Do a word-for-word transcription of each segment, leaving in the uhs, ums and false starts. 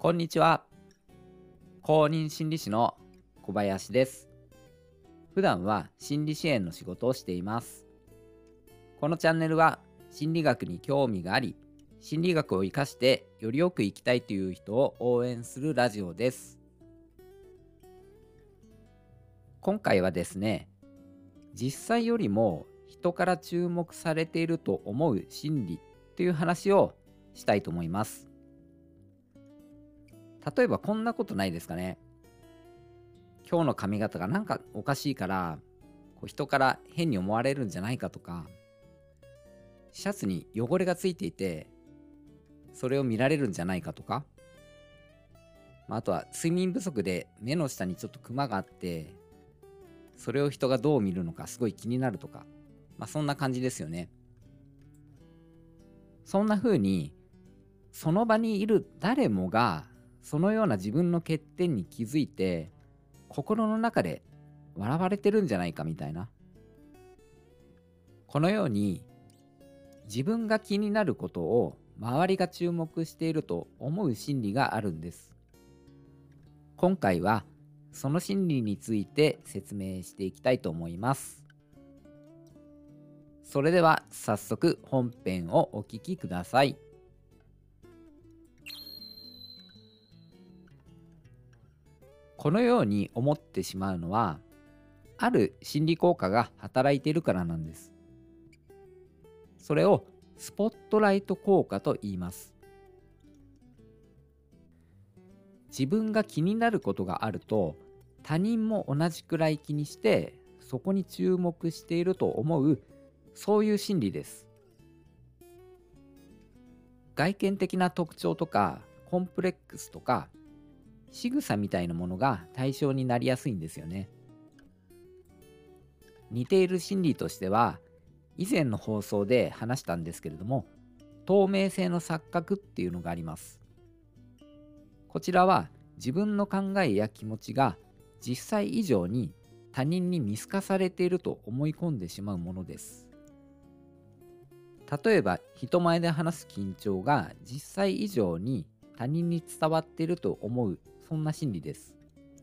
こんにちは。公認心理師の小林です。普段は心理支援の仕事をしています。このチャンネルは心理学に興味があり、心理学を活かしてよりよく生きたいという人を応援するラジオです。今回はですね、実際よりも人から注目されていると思う心理という話をしたいと思います。例えばこんなことないですかね。今日の髪型がなんかおかしいから、こう人から変に思われるんじゃないかとか、シャツに汚れがついていて、それを見られるんじゃないかとか、まあ、あとは睡眠不足で目の下にちょっとクマがあって、それを人がどう見るのかすごい気になるとか、まあそんな感じですよね。そんな風に、その場にいる誰もが、そのような自分の欠点に気づいて、心の中で笑われてるんじゃないかみたいな。このように自分が気になることを周りが注目していると思う心理があるんです。今回はその心理について説明していきたいと思います。それでは早速本編をお聞きください。このように思ってしまうのは、ある心理効果が働いているからなんです。それをスポットライト効果と言います。自分が気になることがあると、他人も同じくらい気にして、そこに注目していると思う、そういう心理です。外見的な特徴とか、コンプレックスとか、仕草みたいなものが対象になりやすいんですよね。似ている心理としては、以前の放送で話したんですけれども、透明性の錯覚っていうのがあります。こちらは自分の考えや気持ちが実際以上に他人に見透かされていると思い込んでしまうものです。例えば人前で話す緊張が実際以上に他人に伝わっていると思う、そんな心理です。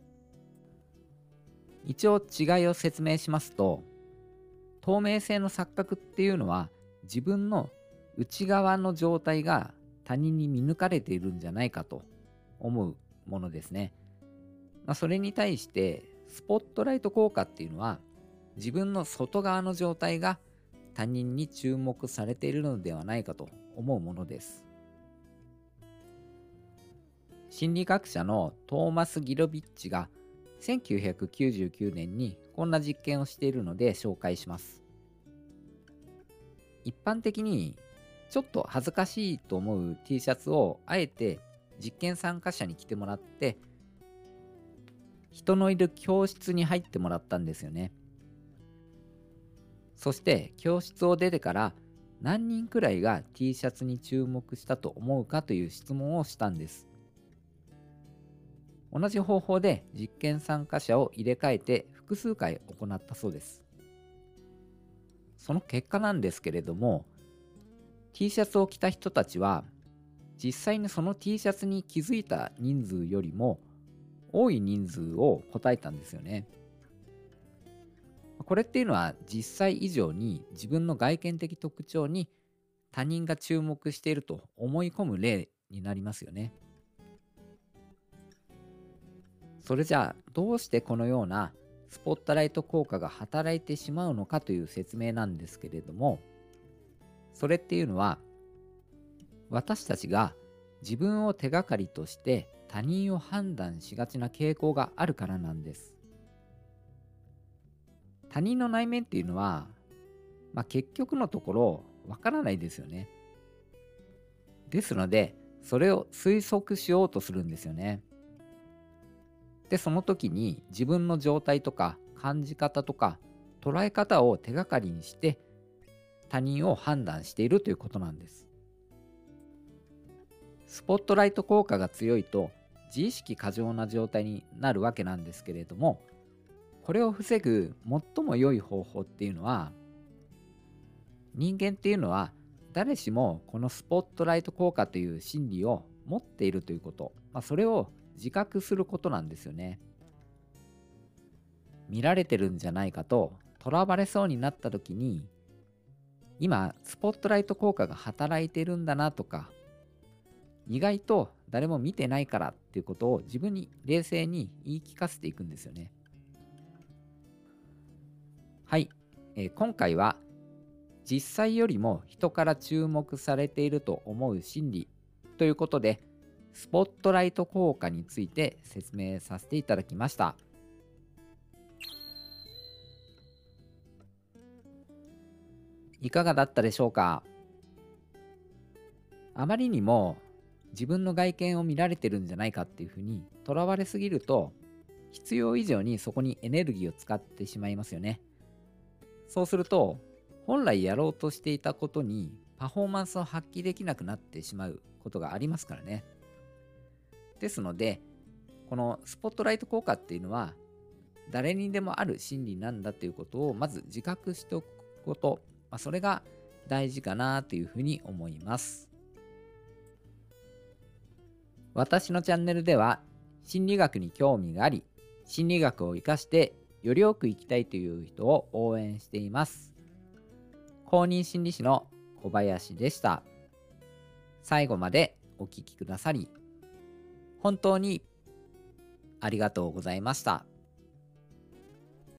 一応違いを説明しますと、透明性の錯覚っていうのは自分の内側の状態が他人に見抜かれているんじゃないかと思うものですね。まあ、それに対してスポットライト効果っていうのは自分の外側の状態が他人に注目されているのではないかと思うものです。心理学者のトーマス・ギロビッチがせんきゅうひゃくきゅうじゅうきゅうねんにこんな実験をしているので紹介します。一般的にちょっと恥ずかしいと思う T シャツをあえて実験参加者に着てもらって、人のいる教室に入ってもらったんですよね。そして教室を出てから何人くらいが T シャツに注目したと思うかという質問をしたんです。同じ方法で実験参加者を入れ替えて複数回行ったそうです。その結果なんですけれども、 T シャツを着た人たちは実際にその T シャツに気づいた人数よりも多い人数を答えたんですよね。これっていうのは実際以上に自分の外見的特徴に他人が注目していると思い込む例になりますよね。それじゃあどうしてこのようなスポットライト効果が働いてしまうのかという説明なんですけれども、それっていうのは私たちが自分を手がかりとして他人を判断しがちな傾向があるからなんです。他人の内面っていうのは、まあ、結局のところわからないですよね。ですのでそれを推測しようとするんですよね。でその時に自分の状態とか感じ方とか捉え方を手がかりにして他人を判断しているということなんです。スポットライト効果が強いと自意識過剰な状態になるわけなんですけれども、これを防ぐ最も良い方法っていうのは、人間っていうのは誰しもこのスポットライト効果という心理を持っているということ、まあ、それを自覚することなんですよね。見られてるんじゃないかととらわれそうになった時に、今スポットライト効果が働いてるんだなとか、意外と誰も見てないからっていうことを自分に冷静に言い聞かせていくんですよね。はい、えー今回は実際よりも人から注目されていると思う心理ということで、スポットライト効果について説明させていただきました。いかがだったでしょうか。あまりにも自分の外見を見られてるんじゃないかっていうふうにとらわれすぎると、必要以上にそこにエネルギーを使ってしまいますよね。そうすると、本来やろうとしていたことにパフォーマンスを発揮できなくなってしまうことがありますからね。ですので、このスポットライト効果っていうのは、誰にでもある心理なんだということをまず自覚しておくこと、まあ、それが大事かなというふうに思います。私のチャンネルでは、心理学に興味があり、心理学を活かしてよりよく生きたいという人を応援しています。公認心理師の小林でした。最後までお聞きくださり、本当にありがとうございました。